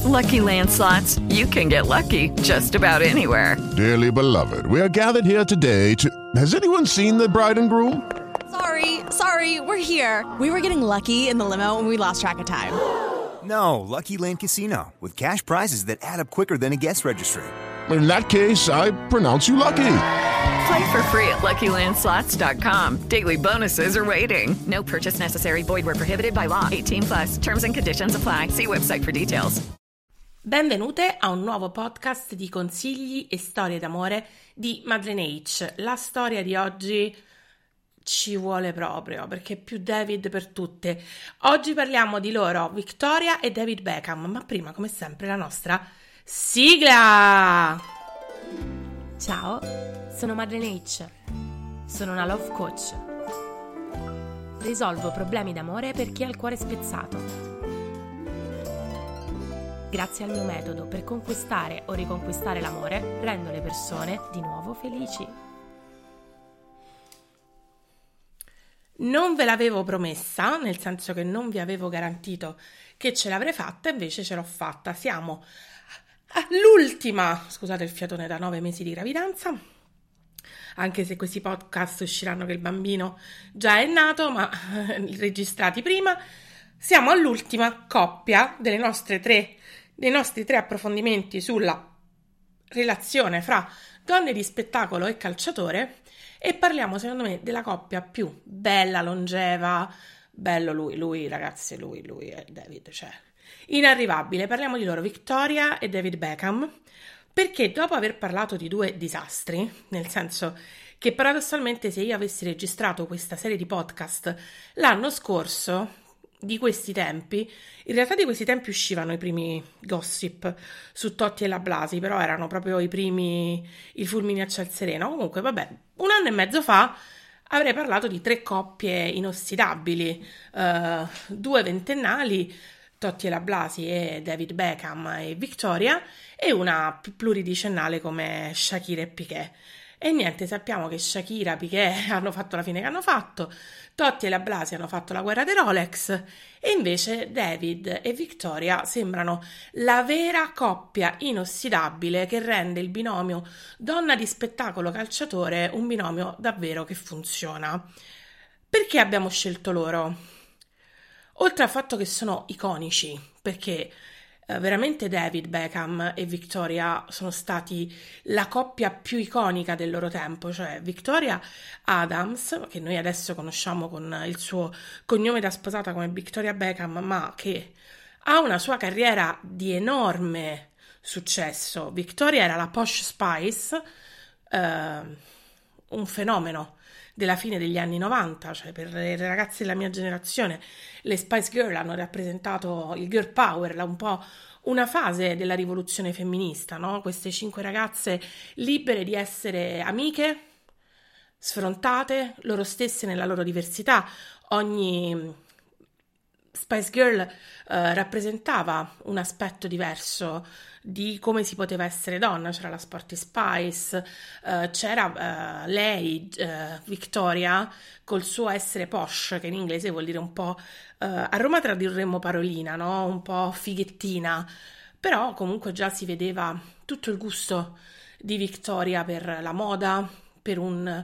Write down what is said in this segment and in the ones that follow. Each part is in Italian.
Lucky Land Slots, you can get lucky just about anywhere. Dearly beloved, we are gathered here today to... Has anyone seen the bride and groom? Sorry, we're here. We were getting lucky in the limo and we lost track of time. No, Lucky Land Casino, with cash prizes that add up quicker than a guest registry. In that case, I pronounce you lucky. Play for free at LuckyLandSlots.com. Daily bonuses are waiting. No purchase necessary. Void where prohibited by law. 18+. Terms and conditions apply. See website for details. Benvenute a un nuovo podcast di consigli e storie d'amore di Madeleine H. La storia di oggi ci vuole proprio, perché è più David per tutte. Oggi parliamo di loro, Victoria e David Beckham, ma prima, come sempre, la nostra sigla! Ciao, sono Madeleine H. Sono una love coach. Risolvo problemi d'amore per chi ha il cuore spezzato. Grazie al mio metodo per conquistare o riconquistare l'amore, rendo le persone di nuovo felici. Non ve l'avevo promessa, nel senso che non vi avevo garantito che ce l'avrei fatta, invece ce l'ho fatta. Siamo all'ultima, scusate il fiatone, da 9 mesi di gravidanza, anche se questi podcast usciranno che il bambino già è nato, ma registrati prima. Siamo all'ultima coppia dei nostri tre approfondimenti sulla relazione fra donne di spettacolo e calciatore, e parliamo, secondo me, della coppia più bella, longeva, bello lui ragazzi, lui è David, cioè inarrivabile. Parliamo di loro, Victoria e David Beckham, perché dopo aver parlato di due disastri, nel senso che paradossalmente se io avessi registrato questa serie di podcast l'anno scorso, di questi tempi, in realtà di questi tempi uscivano i primi gossip su Totti e la Blasi, però erano proprio i fulmini a ciel sereno. Comunque vabbè, un anno e mezzo fa avrei parlato di tre coppie inossidabili, due ventennali, Totti e la Blasi e David Beckham e Victoria, e una pluridicennale come Shakira e Piqué. E niente, sappiamo che Shakira e Piqué hanno fatto la fine che hanno fatto, Totti e la Blasi hanno fatto la guerra dei Rolex, e invece David e Victoria sembrano la vera coppia inossidabile che rende il binomio donna di spettacolo calciatore un binomio davvero che funziona. Perché abbiamo scelto loro? Oltre al fatto che sono iconici, perché veramente David Beckham e Victoria sono stati la coppia più iconica del loro tempo, cioè Victoria Adams, che noi adesso conosciamo con il suo cognome da sposata come Victoria Beckham, ma che ha una sua carriera di enorme successo. Victoria era la Posh Spice, un fenomeno della fine degli anni 90, cioè per le ragazze della mia generazione le Spice Girl hanno rappresentato il girl power, un po' una fase della rivoluzione femminista, no? Queste 5 ragazze libere di essere amiche, sfrontate, loro stesse nella loro diversità. Ogni Spice Girl rappresentava un aspetto diverso di come si poteva essere donna. C'era la Sporty Spice, c'era lei, Victoria, col suo essere posh, che in inglese vuol dire un po', a Roma tradurremmo parolina, no? Un po' fighettina, però comunque già si vedeva tutto il gusto di Victoria per la moda, per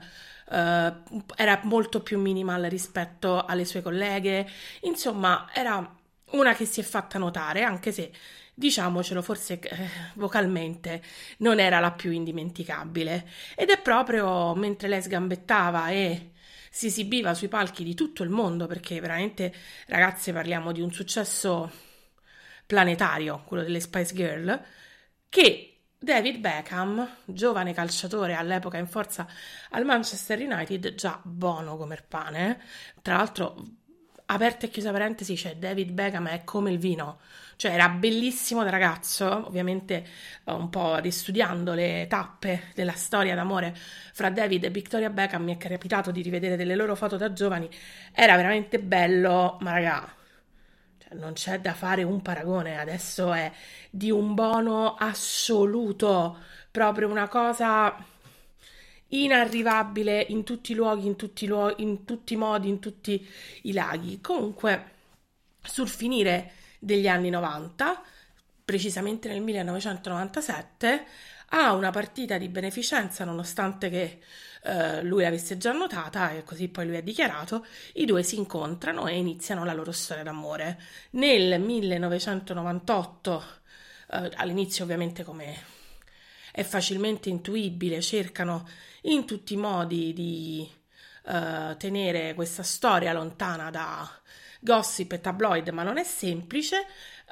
era molto più minimal rispetto alle sue colleghe, insomma era una che si è fatta notare, anche se, diciamocelo, forse vocalmente non era la più indimenticabile, ed è proprio mentre lei sgambettava e si esibiva sui palchi di tutto il mondo, perché veramente, ragazze, parliamo di un successo planetario, quello delle Spice Girl, che David Beckham, giovane calciatore all'epoca in forza al Manchester United, già buono come il pane, tra l'altro, aperta e chiusa parentesi, cioè David Beckham è come il vino, cioè era bellissimo da ragazzo, ovviamente un po' ristudiando le tappe della storia d'amore fra David e Victoria Beckham mi è capitato di rivedere delle loro foto da giovani, era veramente bello, ma raga, non c'è da fare un paragone, adesso è di un bono assoluto, proprio una cosa inarrivabile in tutti i luoghi, in tutti i modi, in tutti i laghi. Comunque, sul finire degli anni 90, precisamente nel 1997, a una partita di beneficenza, nonostante che lui l'avesse già notata, e così poi lui ha dichiarato. I due si incontrano e iniziano la loro storia d'amore. Nel 1998, all'inizio ovviamente, come è facilmente intuibile, cercano in tutti i modi di tenere questa storia lontana da gossip e tabloid, ma non è semplice.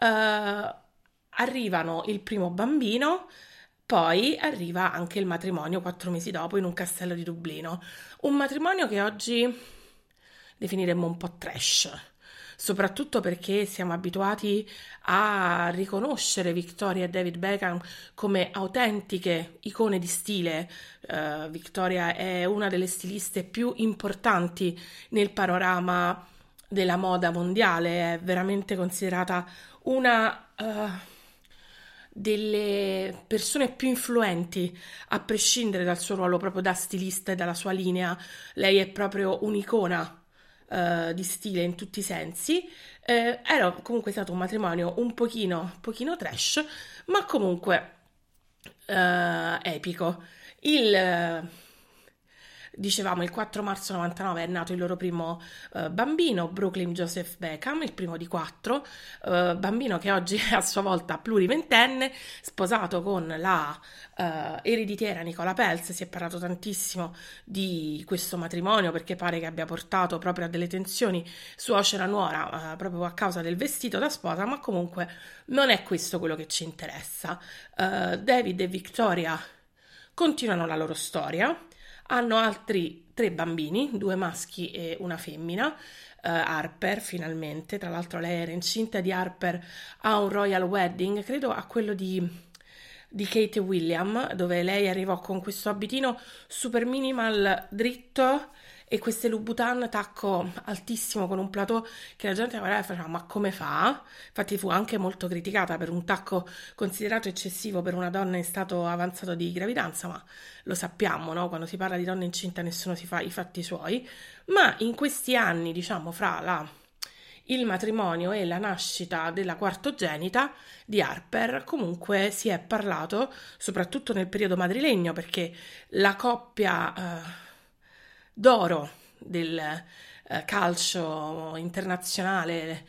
Arrivano il primo bambino, poi arriva anche il matrimonio 4 mesi dopo in un castello di Dublino. Un matrimonio che oggi definiremmo un po' trash, soprattutto perché siamo abituati a riconoscere Victoria e David Beckham come autentiche icone di stile. Victoria è una delle stiliste più importanti nel panorama della moda mondiale, è veramente considerata una delle persone più influenti, a prescindere dal suo ruolo proprio da stilista e dalla sua linea. Lei è proprio un'icona di stile in tutti i sensi. Era comunque stato un matrimonio un pochino trash, ma comunque epico. Dicevamo, il 4 marzo 99 è nato il loro primo bambino, Brooklyn Joseph Beckham, il primo di 4, bambino che oggi è a sua volta pluriventenne, sposato con la ereditiera Nicola Peltz. Si è parlato tantissimo di questo matrimonio perché pare che abbia portato proprio a delle tensioni suocera nuora, proprio a causa del vestito da sposa, ma comunque non è questo quello che ci interessa. David e Victoria continuano la loro storia. Hanno altri 3 bambini, 2 maschi e una femmina. Harper, finalmente, tra l'altro lei era incinta di Harper a un royal wedding, credo a quello di Kate e William, dove lei arrivò con questo abitino super minimal dritto e queste Louboutin tacco altissimo con un plateau che la gente guardava e faceva ma come fa? Infatti fu anche molto criticata per un tacco considerato eccessivo per una donna in stato avanzato di gravidanza, ma lo sappiamo, no? Quando si parla di donna incinta nessuno si fa i fatti suoi. Ma in questi anni, diciamo, fra il matrimonio e la nascita della quartogenita di Harper, comunque si è parlato, soprattutto nel periodo madrilegno, perché la coppia d'oro del calcio internazionale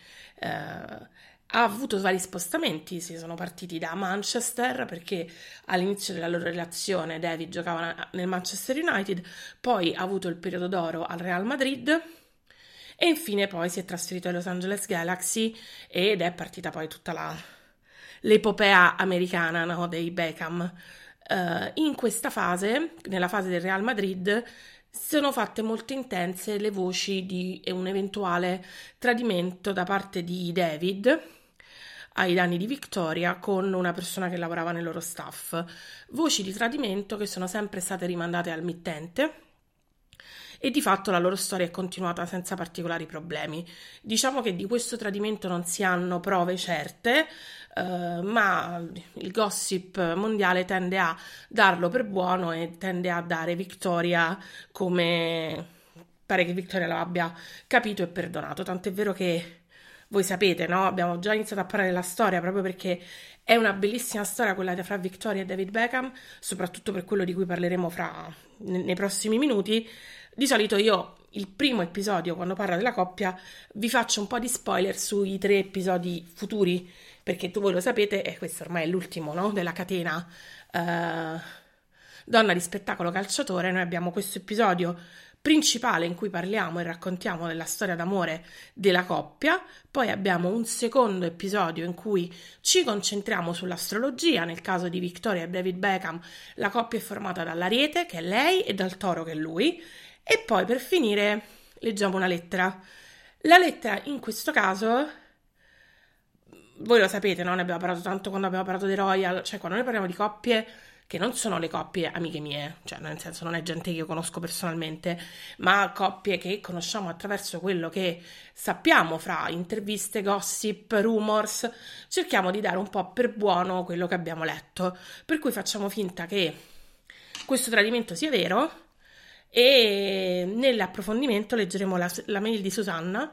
ha avuto vari spostamenti. Si sono partiti da Manchester, perché all'inizio della loro relazione David giocava nel Manchester United, poi ha avuto il periodo d'oro al Real Madrid e infine poi si è trasferito ai Los Angeles Galaxy ed è partita poi tutta l'epopea americana, no, dei Beckham. In questa fase, nella fase del Real Madrid, sono fatte molto intense le voci di un eventuale tradimento da parte di David ai danni di Victoria con una persona che lavorava nel loro staff. Voci di tradimento che sono sempre state rimandate al mittente e di fatto la loro storia è continuata senza particolari problemi. Diciamo che di questo tradimento non si hanno prove certe, ma il gossip mondiale tende a darlo per buono e tende a dare Victoria come pare che Victoria lo abbia capito e perdonato. Tant'è vero che voi sapete, no? Abbiamo già iniziato a parlare della storia proprio perché è una bellissima storia quella fra Victoria e David Beckham, soprattutto per quello di cui parleremo nei prossimi minuti. Di solito io il primo episodio, quando parlo della coppia, vi faccio un po' di spoiler sui 3 episodi futuri, perché voi lo sapete, e questo ormai è l'ultimo, no? Della catena Donna di spettacolo calciatore. Noi abbiamo questo episodio principale in cui parliamo e raccontiamo della storia d'amore della coppia, poi abbiamo un secondo episodio in cui ci concentriamo sull'astrologia. Nel caso di Victoria e David Beckham la coppia è formata dall'Ariete, che è lei, e dal Toro, che è lui, e poi per finire leggiamo una lettera. La lettera in questo caso, voi lo sapete, no? Ne abbiamo parlato tanto quando abbiamo parlato dei royal, cioè quando noi parliamo di coppie che non sono le coppie amiche mie, cioè nel senso non è gente che io conosco personalmente, ma coppie che conosciamo attraverso quello che sappiamo fra interviste, gossip, rumors. Cerchiamo di dare un po' per buono quello che abbiamo letto, per cui facciamo finta che questo tradimento sia vero e nell'approfondimento leggeremo la mail di Susanna,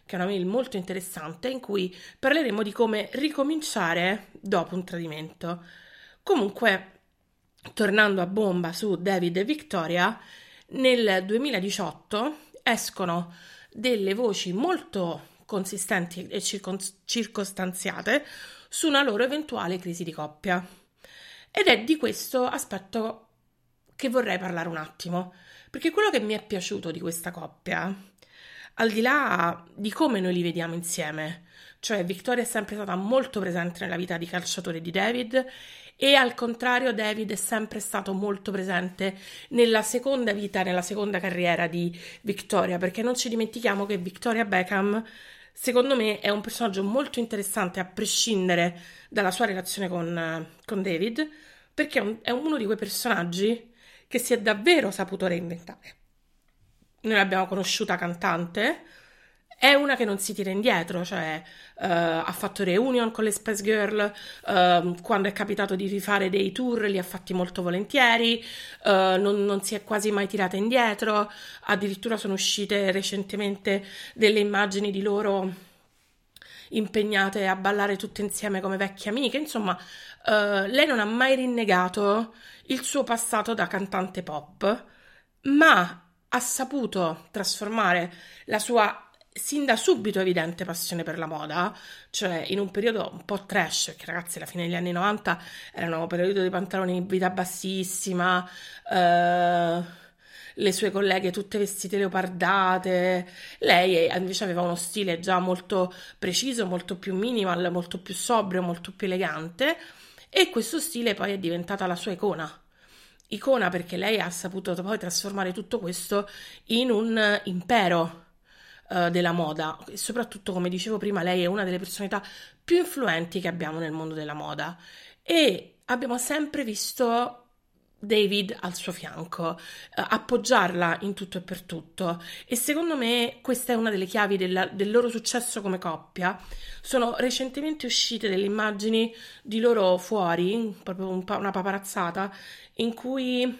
che è una mail molto interessante in cui parleremo di come ricominciare dopo un tradimento. Comunque, tornando a bomba su David e Victoria, nel 2018 escono delle voci molto consistenti e circostanziate su una loro eventuale crisi di coppia. Ed è di questo aspetto che vorrei parlare un attimo, perché quello che mi è piaciuto di questa coppia, al di là di come noi li vediamo insieme, cioè Victoria è sempre stata molto presente nella vita di calciatore di David e al contrario David è sempre stato molto presente nella seconda vita, nella seconda carriera di Victoria, perché non ci dimentichiamo che Victoria Beckham, secondo me, è un personaggio molto interessante a prescindere dalla sua relazione con David, perché è uno di quei personaggi che si è davvero saputo reinventare. Noi l'abbiamo conosciuta cantante, è una che non si tira indietro, cioè ha fatto reunion con le Spice Girl, quando è capitato di rifare dei tour li ha fatti molto volentieri, non si è quasi mai tirata indietro, addirittura sono uscite recentemente delle immagini di loro impegnate a ballare tutte insieme come vecchie amiche, insomma lei non ha mai rinnegato il suo passato da cantante pop, ma ha saputo trasformare la sua sin da subito evidente passione per la moda, cioè in un periodo un po' trash, perché ragazzi alla fine degli anni 90 erano un periodo di pantaloni in vita bassissima, le sue colleghe tutte vestite leopardate, lei invece aveva uno stile già molto preciso, molto più minimal, molto più sobrio, molto più elegante, e questo stile poi è diventata la sua icona perché lei ha saputo poi trasformare tutto questo in un impero della moda, e soprattutto, come dicevo prima, lei è una delle personalità più influenti che abbiamo nel mondo della moda e abbiamo sempre visto David al suo fianco, appoggiarla in tutto e per tutto, e secondo me questa è una delle chiavi del loro successo come coppia. Sono recentemente uscite delle immagini di loro fuori, proprio una paparazzata, in cui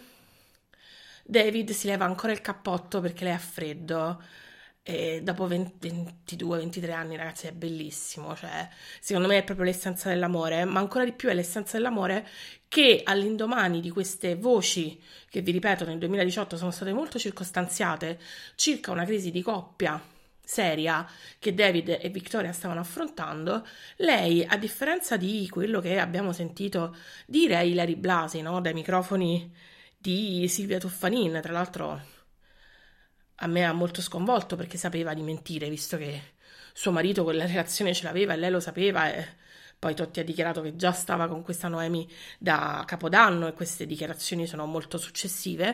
David si leva ancora il cappotto perché lei ha freddo. E dopo 22-23 anni, ragazzi, è bellissimo, cioè secondo me è proprio l'essenza dell'amore, ma ancora di più è l'essenza dell'amore che all'indomani di queste voci che, vi ripeto, nel 2018 sono state molto circostanziate circa una crisi di coppia seria che David e Victoria stavano affrontando, lei, a differenza di quello che abbiamo sentito dire a Ilary Blasi, no, dai microfoni di Silvia Toffanin, tra l'altro a me ha molto sconvolto perché sapeva di mentire, visto che suo marito quella relazione ce l'aveva e lei lo sapeva, e poi Totti ha dichiarato che già stava con questa Noemi da Capodanno e queste dichiarazioni sono molto successive,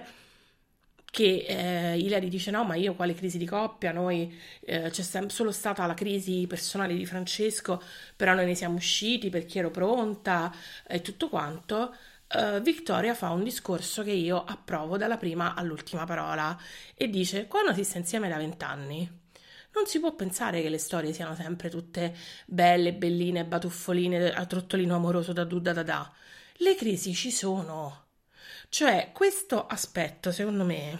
che Ilary dice no, ma io quale crisi di coppia, noi c'è solo stata la crisi personale di Francesco, però noi ne siamo usciti perché ero pronta e tutto quanto. Victoria fa un discorso che io approvo dalla prima all'ultima parola e dice: quando si sta insieme da 20 anni non si può pensare che le storie siano sempre tutte belle, belline, batuffoline, a trottolino amoroso da du da da da. Le crisi ci sono, cioè questo aspetto secondo me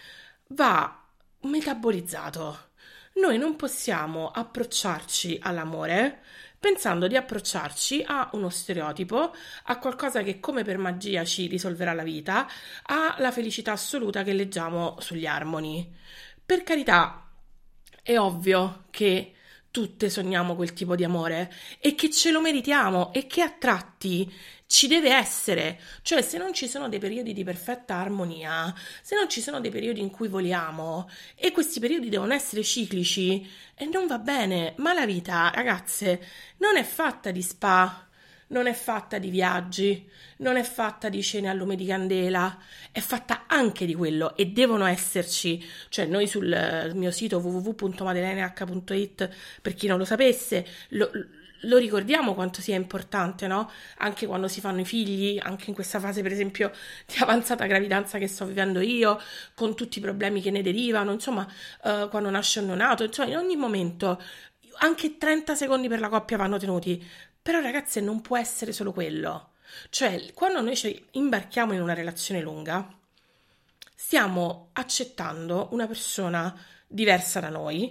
va metabolizzato. Noi non possiamo approcciarci all'amore pensando di approcciarci a uno stereotipo, a qualcosa che come per magia ci risolverà la vita, alla felicità assoluta che leggiamo sugli Harmony. Per carità, è ovvio che tutte sogniamo quel tipo di amore e che ce lo meritiamo e che a tratti ci deve essere, cioè se non ci sono dei periodi di perfetta armonia, se non ci sono dei periodi in cui voliamo e questi periodi devono essere ciclici e non va bene, ma la vita, ragazze, non è fatta di spa, non è fatta di viaggi, non è fatta di cene a lume di candela, è fatta anche di quello e devono esserci, cioè noi sul mio sito www.madeleine.it, per chi non lo sapesse, lo ricordiamo quanto sia importante, no? Anche quando si fanno i figli, anche in questa fase per esempio di avanzata gravidanza che sto vivendo io, con tutti i problemi che ne derivano, insomma, quando nasce un neonato, insomma, in ogni momento, anche 30 secondi per la coppia vanno tenuti, però ragazze non può essere solo quello, cioè quando noi ci imbarchiamo in una relazione lunga, stiamo accettando una persona diversa da noi,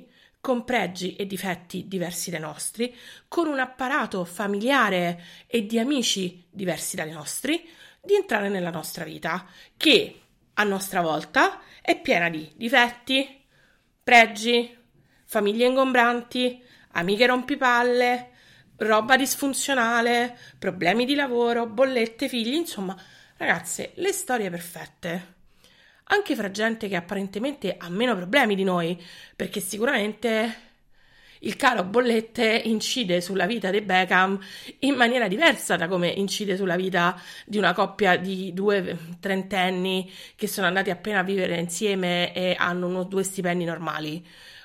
con pregi e difetti diversi dai nostri, con un apparato familiare e di amici diversi dai nostri, di entrare nella nostra vita, che a nostra volta è piena di difetti, pregi, famiglie ingombranti, amiche rompipalle, roba disfunzionale, problemi di lavoro, bollette, figli, insomma, ragazze, le storie perfette. Anche fra gente che apparentemente ha meno problemi di noi, perché sicuramente il caro bollette incide sulla vita dei Beckham in maniera diversa da come incide sulla vita di una coppia di 2 trentenni che sono andati appena a vivere insieme e hanno 2 stipendi normali.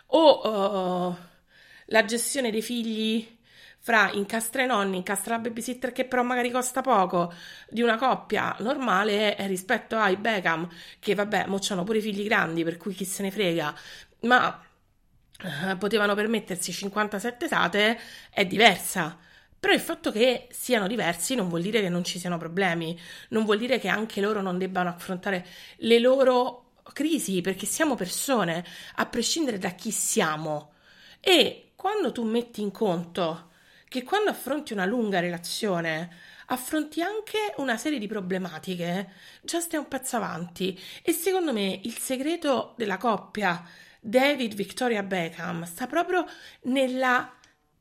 O la gestione dei figli fra incastra i nonni, incastra la babysitter che però magari costa poco, di una coppia normale rispetto ai Beckham, che vabbè, mo c'hanno pure i figli grandi, per cui chi se ne frega, ma potevano permettersi 57 sate, è diversa. Però il fatto che siano diversi non vuol dire che non ci siano problemi, non vuol dire che anche loro non debbano affrontare le loro crisi, perché siamo persone, a prescindere da chi siamo. E quando tu metti in conto che quando affronti una lunga relazione affronti anche una serie di problematiche, già stai un pezzo avanti. E secondo me il segreto della coppia David Victoria Beckham sta proprio nella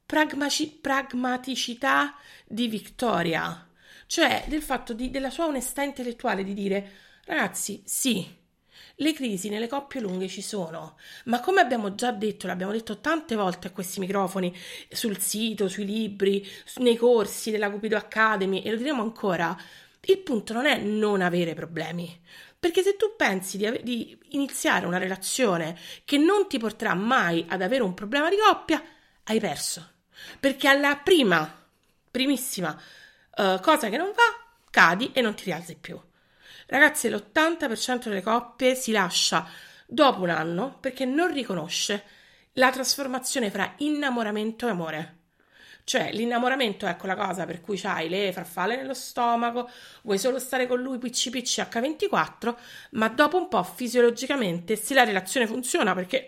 pragmaticità di Victoria, cioè del fatto della sua onestà intellettuale di dire: ragazzi, sì, le crisi nelle coppie lunghe ci sono, ma come abbiamo già detto, l'abbiamo detto tante volte a questi microfoni, sul sito, sui libri, nei corsi della Cupido Academy, e lo diremo ancora, il punto non è non avere problemi, perché se tu pensi di iniziare una relazione che non ti porterà mai ad avere un problema di coppia, hai perso, perché alla primissima cosa che non va, cadi e non ti rialzi più. Ragazzi, l'80% delle coppie si lascia dopo un anno perché non riconosce la trasformazione fra innamoramento e amore. Cioè, l'innamoramento è quella cosa per cui c'hai le farfalle nello stomaco, vuoi solo stare con lui picci picci H24, ma dopo un po' fisiologicamente, se la relazione funziona, perché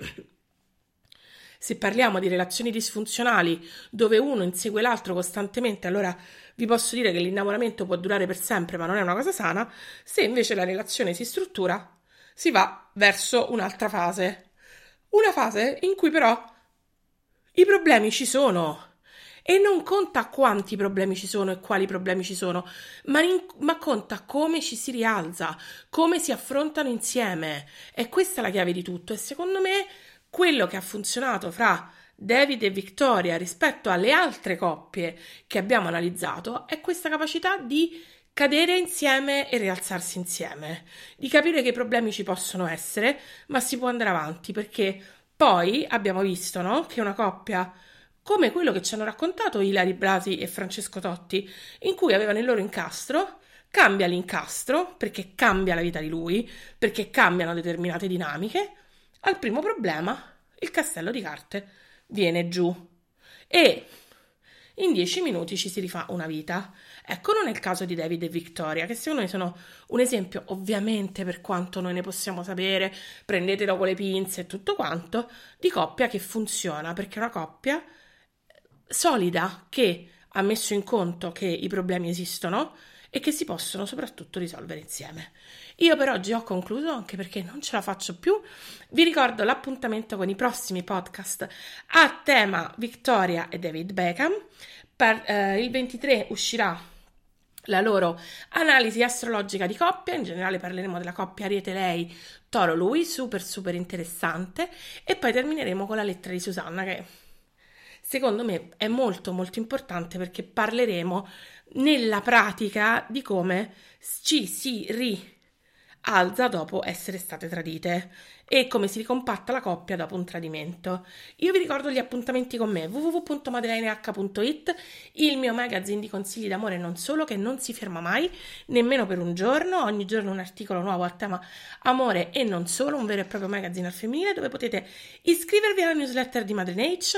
se parliamo di relazioni disfunzionali dove uno insegue l'altro costantemente, allora vi posso dire che l'innamoramento può durare per sempre, ma non è una cosa sana. Se invece la relazione si struttura, si va verso un'altra fase. Una fase in cui però i problemi ci sono. E non conta quanti problemi ci sono e quali problemi ci sono, ma conta come ci si rialza, come si affrontano insieme. E questa è la chiave di tutto. E secondo me quello che ha funzionato fra David e Victoria rispetto alle altre coppie che abbiamo analizzato è questa capacità di cadere insieme e rialzarsi insieme, di capire che i problemi ci possono essere, ma si può andare avanti, perché poi abbiamo visto, no, che una coppia come quello che ci hanno raccontato Ilary Blasi e Francesco Totti, in cui avevano il loro incastro, cambia l'incastro perché cambia la vita di lui, perché cambiano determinate dinamiche. Al primo problema il castello di carte viene giù e in 10 minuti ci si rifà una vita. Ecco, non è il caso di David e Victoria, che secondo me sono un esempio, ovviamente per quanto noi ne possiamo sapere, prendetelo con le pinze e tutto quanto, di coppia che funziona, perché è una coppia solida che ha messo in conto che i problemi esistono e che si possono soprattutto risolvere insieme. Io per oggi ho concluso, anche perché non ce la faccio più. Vi ricordo l'appuntamento con i prossimi podcast a tema Victoria e David Beckham. Il 23 uscirà la loro analisi astrologica di coppia, in generale parleremo della coppia Ariete-Lei, Toro-Lui, super interessante, e poi termineremo con la lettera di Susanna, che secondo me è molto molto importante, perché parleremo nella pratica di come ci si rialza dopo essere state tradite e come si ricompatta la coppia dopo un tradimento. Io vi ricordo gli appuntamenti con me: www.madeleineH.it, il mio magazine di consigli d'amore e non solo, che non si ferma mai, nemmeno per un giorno. Ogni giorno un articolo nuovo a tema amore e non solo, un vero e proprio magazine al femminile, dove potete iscrivervi alla newsletter di Madeleine H,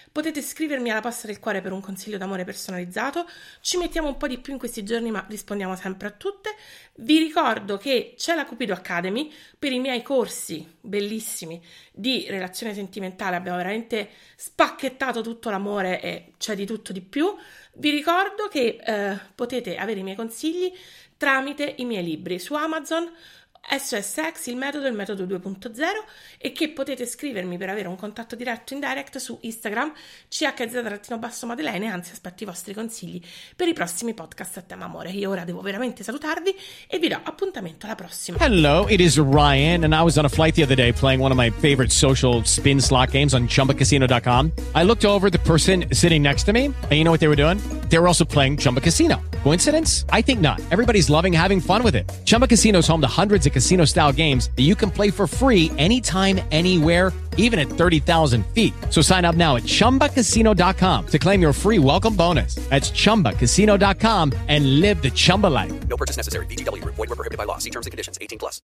Potete scrivermi alla posta del cuore per un consiglio d'amore personalizzato. Ci mettiamo un po' di più in questi giorni, ma rispondiamo sempre a tutte. Vi ricordo che c'è la Cupido Academy per i miei corsi bellissimi di relazione sentimentale. Abbiamo veramente spacchettato tutto l'amore e c'è di tutto di più. Vi ricordo che potete avere i miei consigli tramite i miei libri su Amazon, SOS Sex, il metodo 2.0, e che potete scrivermi per avere un contatto diretto in direct su Instagram chz_Madeleine. Anzi, aspetto i vostri consigli per i prossimi podcast a tema amore. Io ora devo veramente salutarvi e vi do appuntamento alla prossima. Hello, it is Ryan, and I was on a flight the other day playing one of my favorite social spin slot games on ChumbaCasino.com. I looked over at the person sitting next to me, and you know what they were doing? They were also playing Chumba Casino. Coincidence? I think not. Everybody's loving having fun with it. Chumba Casino is home to hundreds of casino-style games that you can play for free anytime, anywhere, even at 30,000 feet. So sign up now at ChumbaCasino.com to claim your free welcome bonus. That's ChumbaCasino.com and live the Chumba life. No purchase necessary. VGW. Void where prohibited by law. See terms and conditions. 18+.